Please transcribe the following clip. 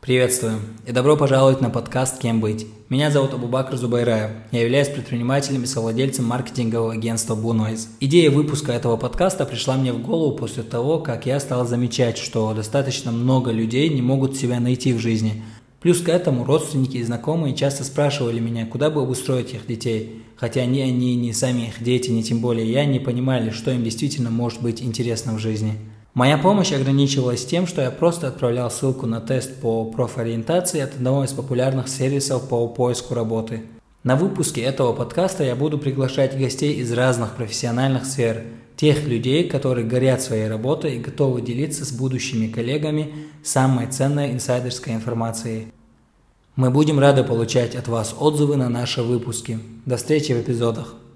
Приветствую и добро пожаловать на подкаст «Кем быть?». Меня зовут Абубакр Зубайраев. Я являюсь предпринимателем и совладельцем маркетингового агентства Blue Noise. Идея выпуска этого подкаста пришла мне в голову после того, как я стал замечать, что достаточно много людей не могут себя найти в жизни. Плюс к этому родственники и знакомые часто спрашивали меня, куда бы обустроить их детей. Хотя ни они, ни сами их дети, ни тем более я не понимали, что им действительно может быть интересно в жизни. Моя помощь ограничивалась тем, что я просто отправлял ссылку на тест по профориентации от одного из популярных сервисов по поиску работы. На выпуске этого подкаста я буду приглашать гостей из разных профессиональных сфер, тех людей, которые горят своей работой и готовы делиться с будущими коллегами самой ценной инсайдерской информацией. Мы будем рады получать от вас отзывы на наши выпуски. До встречи в эпизодах.